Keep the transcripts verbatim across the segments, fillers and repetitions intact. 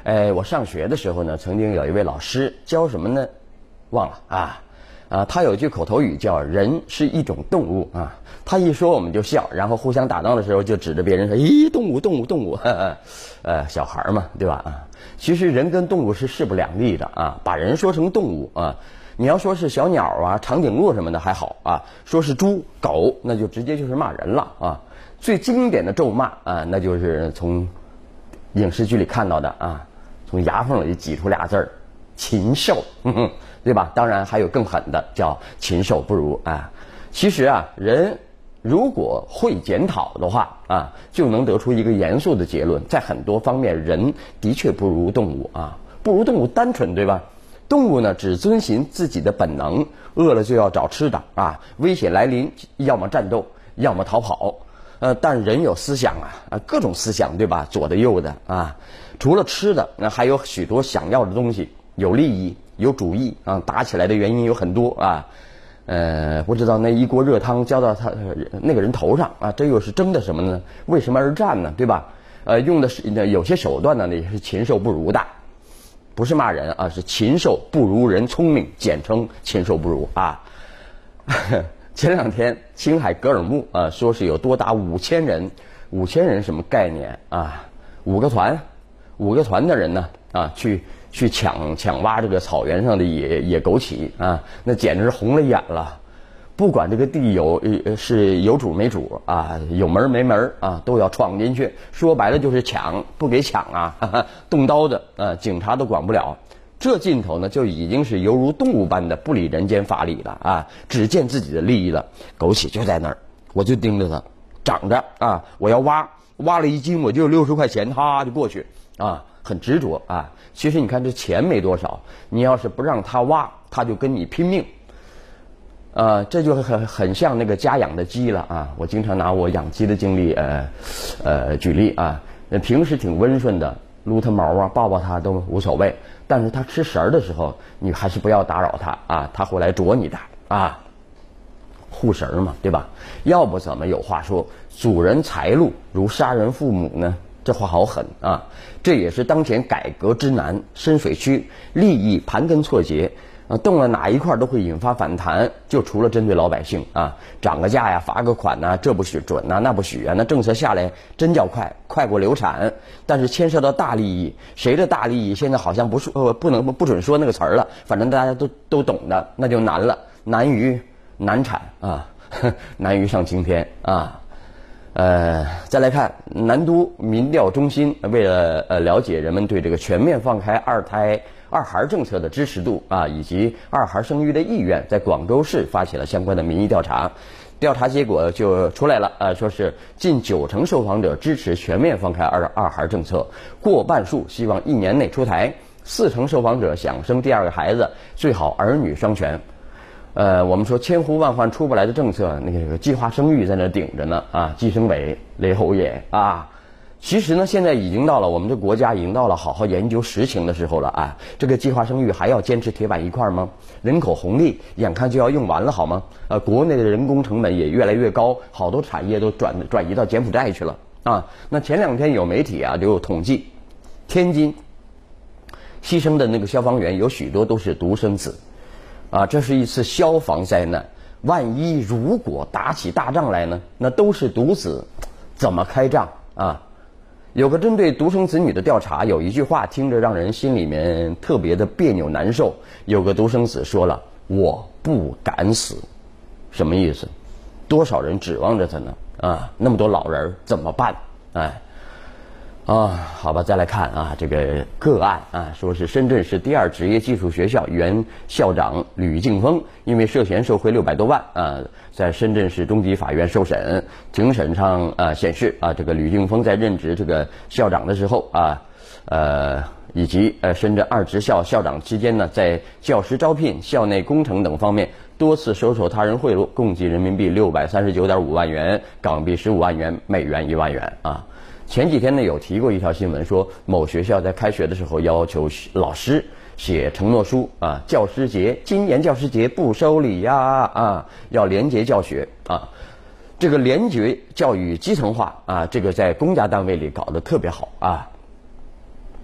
哎，我上学的时候呢，曾经有一位老师教什么呢？忘了啊啊，他有句口头语叫“人是一种动物”啊。他一说我们就笑，然后互相打闹的时候就指着别人说：“咦，动物，动物，动物！”呵呵呃，小孩嘛，对吧？啊，其实人跟动物是势不两立的啊。把人说成动物啊，你要说是小鸟啊、长颈鹿什么的还好啊，说是猪、狗，那就直接就是骂人了啊。最经典的咒骂啊，那就是从影视剧里看到的啊，从牙缝里挤出俩字儿“禽兽”，呵呵，对吧？当然还有更狠的，叫“禽兽不如”啊。其实啊，人如果会检讨的话啊，就能得出一个严肃的结论，在很多方面，人的确不如动物啊，不如动物单纯，对吧？动物呢，只遵循自己的本能，饿了就要找吃的啊，危险来临，要么战斗，要么逃跑。呃，但人有思想啊，啊，各种思想，对吧？左的右的啊，除了吃的，那还有许多想要的东西，有利益，有主义啊，打起来的原因有很多啊。呃，不知道那一锅热汤浇到他那个人头上啊，这又是争的什么呢？为什么而战呢？对吧？呃，用的是有些手段呢，也是禽兽不如的，不是骂人啊，是禽兽不如人聪明，简称禽兽不如啊。前两天青海格尔木啊，说是有多达五千人，五千人什么概念啊？五个团，五个团的人呢啊，去去抢抢挖这个草原上的野野枸杞啊，那简直是红了眼了。不管这个地有呃是有主没主啊，有门没门啊，都要闯进去。说白了就是抢，不给抢啊，哈哈，动刀的啊，警察都管不了。这劲头呢，就已经是犹如动物般的不理人间法理了啊，只见自己的利益了。枸杞就在那儿，我就盯着它长着啊，我要挖，挖了一斤我就有六十块钱，哈就过去啊，很执着啊。其实你看这钱没多少，你要是不让他挖，他就跟你拼命。呃，这就很很像那个家养的鸡了啊。我经常拿我养鸡的经历呃呃举例啊，平时挺温顺的，撸它毛啊，抱抱它都无所谓。但是它吃食儿的时候，你还是不要打扰它啊，它会来啄你的啊，护食儿嘛，对吧？要不怎么有话说主人财路如杀人父母呢？这话好狠啊！这也是当前改革之难，深水区利益盘根错节啊，动了哪一块都会引发反弹。就除了针对老百姓啊，涨个价呀，罚个款呐、啊，这不许准呐、啊，那不许啊，那政策下来真叫快，快过流产。但是牵涉到大利益，谁的大利益现在好像不说呃不能不准说那个词儿了，反正大家都都懂的，那就难了，难于难产啊，难于上青天啊。呃，再来看南都民调中心，为了呃了解人们对这个全面放开二胎二孩政策的支持度啊，以及二孩生育的意愿，在广州市发起了相关的民意调查。调查结果就出来了，呃，说是近九成受访者支持全面放开二二孩政策，过半数希望一年内出台，四成受访者想生第二个孩子，最好儿女双全。呃，我们说千呼万唤出不来的政策，那个计划生育在那顶着呢啊，计生委、雷侯爷啊。其实呢，现在已经到了我们这国家已经到了好好研究实情的时候了啊。这个计划生育还要坚持铁板一块吗？人口红利眼看就要用完了，好吗？呃，国内的人工成本也越来越高，好多产业都转转移到柬埔寨去了啊。那前两天有媒体啊就有统计，天津牺牲的那个消防员有许多都是独生子。啊，这是一次消防灾难。万一如果打起大仗来呢？那都是独子，怎么开仗啊？有个针对独生子女的调查，有一句话听着让人心里面特别的别扭难受。有个独生子说了：“我不敢死。”什么意思？多少人指望着他呢？啊，那么多老人怎么办？哎。啊，好吧，再来看啊，这个个案啊，说是深圳市第二职业技术学校原校长吕敬峰，因为涉嫌受贿六百多万啊，在深圳市中级法院受审。庭审上啊显示啊，这个吕敬峰在任职这个校长的时候啊，呃，以及呃深圳二职校校长期间呢，在教师招聘、校内工程等方面多次收受他人贿赂，共计人民币六百三十九点五万元，港币十五万元，美元一万元啊。前几天呢有提过一条新闻，说某学校在开学的时候要求老师写承诺书啊，教师节今年教师节不收礼呀啊，要廉洁教学啊，这个廉洁教育基层化啊，这个在公家单位里搞得特别好啊。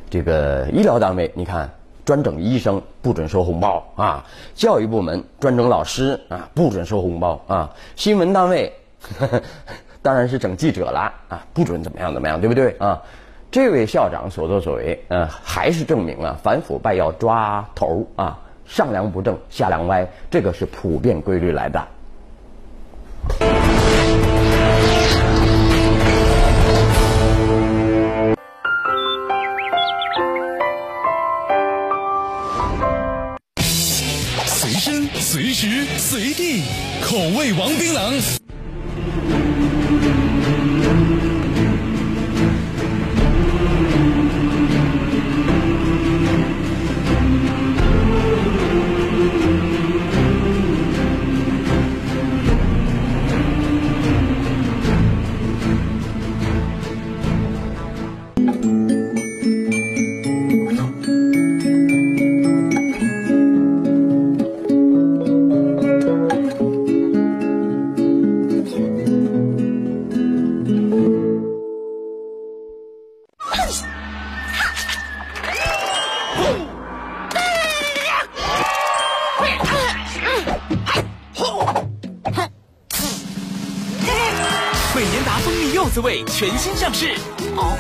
这个医疗单位，你看专整医生不准收红包啊，教育部门专整老师啊不准收红包啊，新闻单位呵呵当然是整记者了啊，不准怎么样怎么样，对不对啊？这位校长所作所为，呃，还是证明了反腐败要抓头啊，上梁不正下梁歪，这个是普遍规律来的。 随身随时随地，口味王槟榔。美年达蜂蜜柚子味全新上市。哦。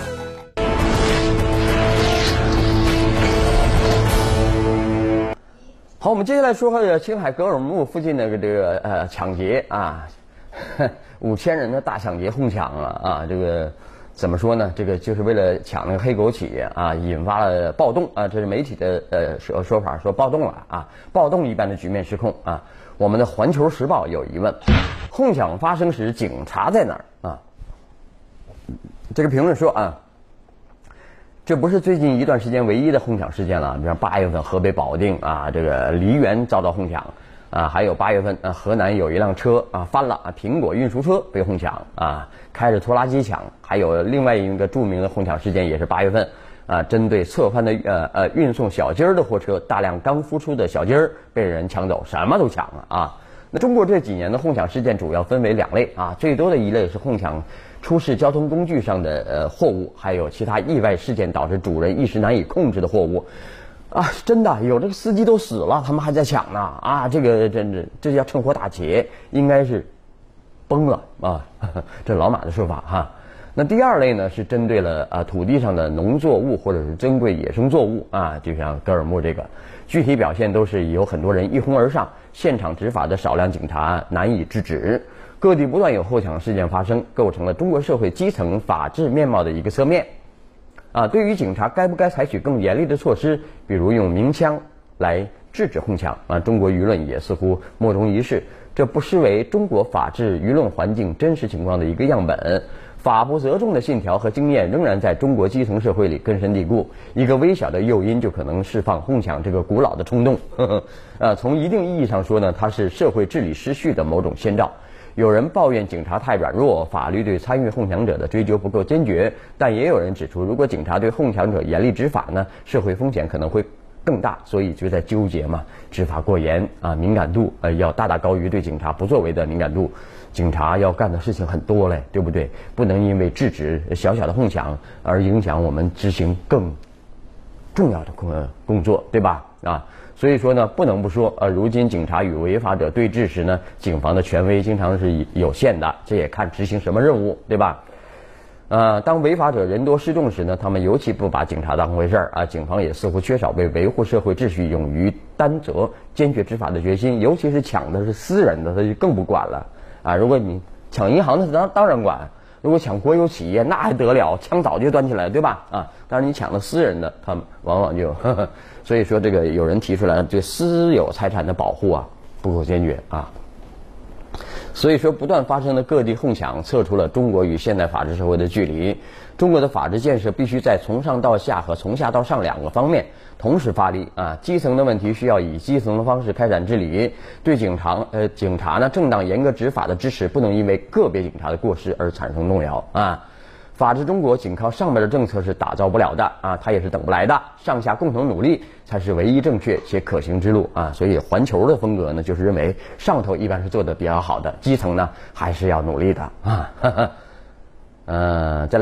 好，我们接下来说说青海格尔木附近的这个呃抢劫啊，五千人的大抢劫哄抢了啊，这个怎么说呢？这个就是为了抢那个黑狗企业啊，引发了暴动啊，这是媒体的呃说说法，说暴动了啊，暴动一般的局面失控啊。我们的《环球时报》有疑问：哄抢发生时，警察在哪儿啊？这个评论说啊，这不是最近一段时间唯一的哄抢事件了。比如八月份河北保定啊，这个梨园遭到哄抢啊，还有八月份啊，河南有一辆车啊翻了啊，苹果运输车被哄抢啊，开着拖拉机抢。还有另外一个著名的哄抢事件，也是八月份啊，针对侧翻的呃呃运送小鸡儿的货车，大量刚孵出的小鸡儿被人抢走，什么都抢了啊。那中国这几年的哄抢事件主要分为两类啊，最多的一类是哄抢出示交通工具上的呃货物，还有其他意外事件导致主人一时难以控制的货物啊，真的有这个司机都死了，他们还在抢呢啊，这个真的这叫趁火打劫，应该是崩了啊，这老马的说法哈。那第二类呢是针对了啊土地上的农作物或者是珍贵野生作物啊，就像格尔木这个，具体表现都是有很多人一哄而上，现场执法的少量警察难以制止，各地不断有哄抢事件发生，构成了中国社会基层法治面貌的一个侧面。啊，对于警察该不该采取更严厉的措施，比如用鸣枪来制止哄抢啊，中国舆论也似乎莫衷一是，这不失为中国法治舆论环境真实情况的一个样本。法不责众的信条和经验仍然在中国基层社会里根深蒂固，一个微小的诱因就可能释放哄抢这个古老的冲动。呵呵呃，从一定意义上说呢，它是社会治理失序的某种先兆。有人抱怨警察太软弱，法律对参与哄抢者的追究不够坚决，但也有人指出，如果警察对哄抢者严厉执法呢，社会风险可能会更大，所以就在纠结嘛，执法过严啊，敏感度呃要大大高于对警察不作为的敏感度。警察要干的事情很多嘞，对不对？不能因为制止小小的哄抢而影响我们执行更重要的工工作，对吧？啊，所以说呢，不能不说，呃，如今警察与违法者对峙时呢，警方的权威经常是有限的，这也看执行什么任务，对吧？呃，当违法者人多势众时呢，他们尤其不把警察当回事儿啊，警方也似乎缺少为维护社会秩序勇于担责、坚决执法的决心，尤其是抢的是私人的，他就更不管了。啊，如果你抢银行的当当然管，如果抢国有企业那还得了，枪早就端起来，对吧？啊，但是你抢了私人的，他们往往就呵呵，所以说这个有人提出来，这私有财产的保护啊不够坚决啊。所以说，不断发生的各地哄抢，测出了中国与现代法治社会的距离。中国的法治建设必须在从上到下和从下到上两个方面同时发力啊。基层的问题需要以基层的方式开展治理，对警察呃警察呢正当严格执法的支持，不能因为个别警察的过失而产生动摇啊。法治中国仅靠上边的政策是打造不了的啊，它也是等不来的，上下共同努力才是唯一正确且可行之路啊。所以环球的风格呢，就是认为上头一般是做的比较好的，基层呢还是要努力的啊。呵呵呃，再来看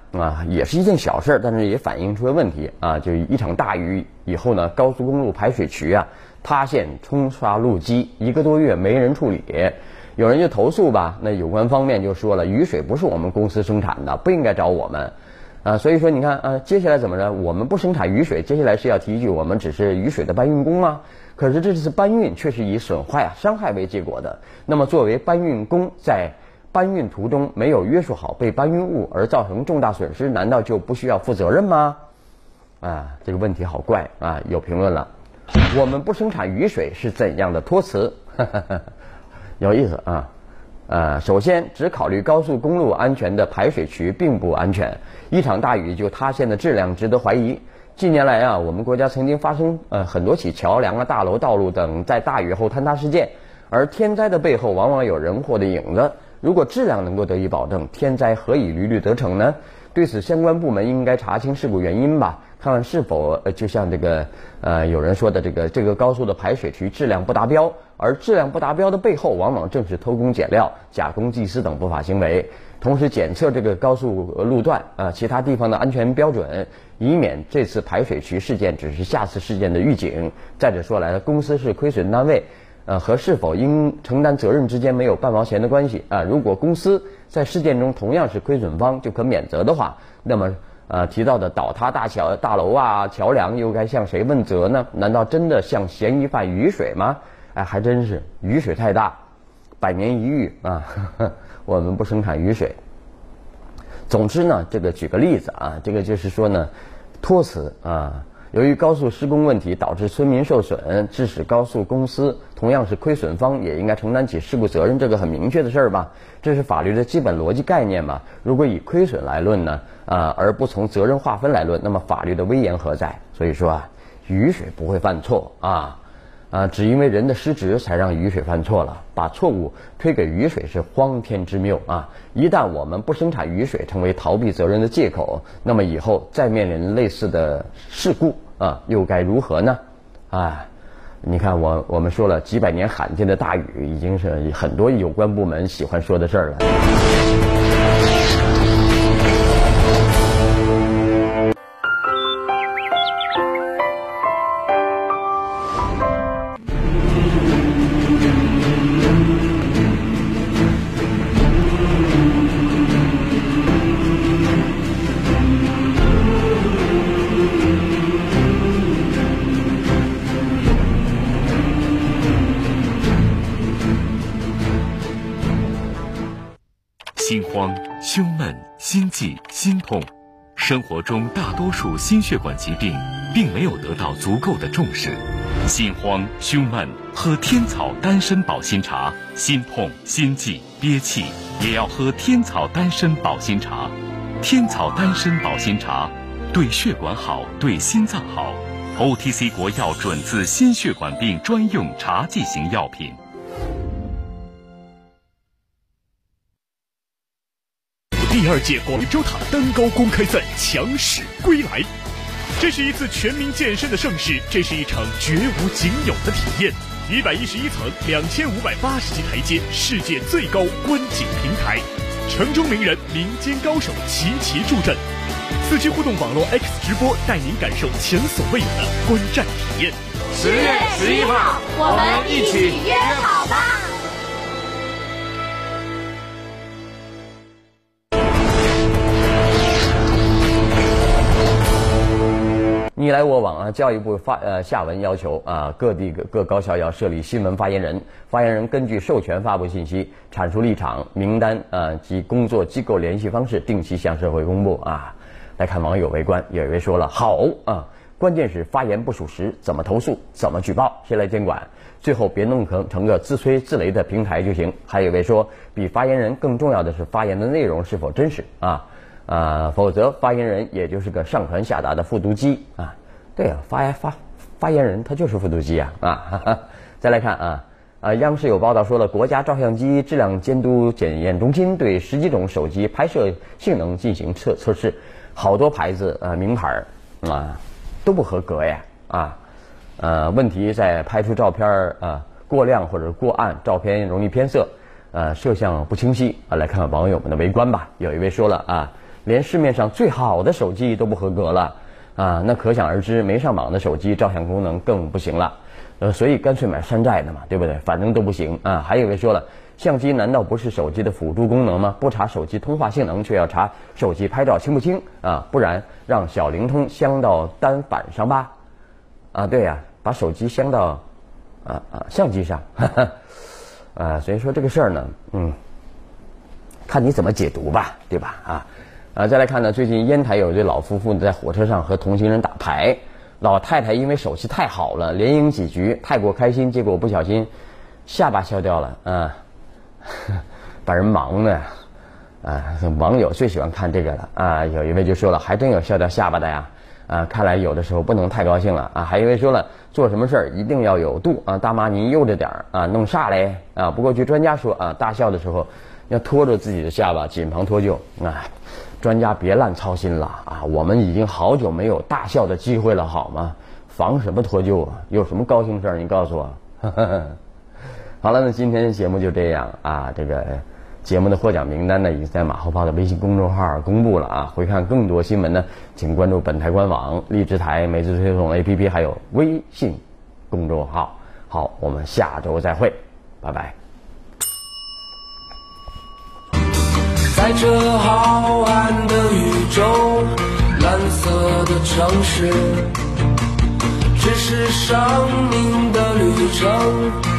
啊，也是一件小事，但是也反映出了问题啊，就一场大雨以后呢，高速公路排水渠啊塌陷冲刷路基，一个多月没人处理，有人就投诉吧，那有关方面就说了，雨水不是我们公司生产的，不应该找我们。啊，所以说你看啊，接下来怎么着？我们不生产雨水，接下来是要提一句，我们只是雨水的搬运工啊。可是这次搬运却是以损坏啊、伤害为结果的。那么作为搬运工，在搬运途中没有约束好被搬运物而造成重大损失，难道就不需要负责任吗？啊，这个问题好怪啊！有评论了，我们不生产雨水是怎样的托词？有意思啊。呃，首先只考虑高速公路安全的排水渠并不安全，一场大雨就塌陷的质量值得怀疑。近年来啊，我们国家曾经发生呃很多起桥梁啊、大楼、道路等在大雨后坍塌事件，而天灾的背后往往有人祸的影子。如果质量能够得以保证，天灾何以屡屡得逞呢？对此，相关部门应该查清事故原因吧，看看是否呃就像这个呃有人说的这个这个高速的排水渠质量不达标，而质量不达标的背后，往往正是偷工减料、假公济私等不法行为。同时检测这个高速路段啊、呃、其他地方的安全标准，以免这次排水渠事件只是下次事件的预警。再者说来，公司是亏损单位。呃，和是否应承担责任之间没有半毛钱的关系啊、呃。如果公司在事件中同样是亏损方，就可免责的话，那么呃提到的倒塌大桥、大楼啊、桥梁又该向谁问责呢？难道真的向嫌疑犯雨水吗？哎，还真是雨水太大，百年一遇啊！呵呵我们不生产雨水。总之呢，这个举个例子啊，这个就是说呢，托词啊。由于高速施工问题导致村民受损，致使高速公司同样是亏损方也应该承担起事故责任，这个很明确的事儿吧？这是法律的基本逻辑概念嘛？如果以亏损来论呢，啊、呃，而不从责任划分来论，那么法律的威严何在？所以说啊，雨水不会犯错啊。啊，只因为人的失职才让雨水犯错了，把错误推给雨水是荒天之谬啊！一旦我们不生产雨水成为逃避责任的借口，那么以后再面临类似的事故啊，又该如何呢？啊，你看我我们说了几百年罕见的大雨，已经是很多有关部门喜欢说的事儿了。 心慌、胸闷、心悸、心痛，生活中大多数心血管疾病并没有得到足够的重视。心慌、胸闷，喝天草丹参保心茶；心痛、心悸、憋气，也要喝天草丹参保心茶。天草丹参保心茶对血管好，对心脏好。O T C 国药准字心血管病专用茶剂型药品。 第二届广州塔单高公开赛强势归来，这是一次全民健身的盛事，这是一场绝无仅有的体验。一百一十一层，两千五百八十级台阶，世界最高观景平台，城中名人、民间高手齐齐助阵。四 G 互动网络 X 直播，带您感受前所未有的观战体验。 十月十一号，我们一起约好吧。 你来我往啊！教育部发呃下文要求啊，各地各各高校要设立新闻发言人，发言人根据授权发布信息，阐述立场、名单啊及工作机构联系方式，定期向社会公布啊。来看网友围观，有一位说了好啊，关键是发言不属实，怎么投诉，怎么举报，谁来监管？最后别弄成成个自吹自擂的平台就行。还有一位说，比发言人更重要的是发言的内容是否真实啊。啊，否则发言人也就是个上传下达的复读机啊！对啊，发发发言人他就是复读机啊！啊，哈哈再来看啊啊，央视有报道说了，国家照相机质量监督检验中心对十几种手机拍摄性能进行测测试，好多牌子啊名牌啊都不合格呀啊！呃，问题在拍出照片啊过亮或者过暗，照片容易偏色，呃，摄像不清晰啊。来看看网友们的围观吧。有一位说了啊。 连市面上最好的手机都不合格了啊，那可想而知，没上榜的手机照相功能更不行了。呃，所以干脆买山寨的嘛，对不对？反正都不行啊。还有一位说了，相机难道不是手机的辅助功能吗？不查手机通话性能，却要查手机拍照清不清啊？不然让小灵通镶到单反上吧？啊，对呀、啊，把手机镶到啊啊相机上，哈哈，啊，所以说这个事儿呢，嗯，看你怎么解读吧，对吧？啊啊，再来看呢，最近烟台有一对老夫妇在火车上和同行人打牌。老太太因为手气太好了，连赢几局，太过开心，结果不小心下巴削掉了啊，把人忙的啊！网友最喜欢看这个了啊！有一位就说了，还真有削掉下巴的呀啊！看来有的时候不能太高兴了啊！还有一位说了，做什么事儿一定要有度啊！大妈您悠着点儿啊，弄啥嘞啊？不过据专家说啊，大笑的时候要拖着自己的下巴，紧旁脱臼啊！专家别烂操心了啊！我们已经好久没有大笑的机会了，好吗？防什么脱臼啊？有什么高兴事儿？你告诉我。好了，那今天的节目就这样啊。这个节目的获奖名单呢，已经在马后炮的微信公众号公布了啊。回看更多新闻呢，请关注本台官网、荔枝台、每日推送 A P P 还有微信公众号。好，我们下周再会，拜拜。 在这浩瀚的宇宙，蓝色的城市，只是生命的旅程。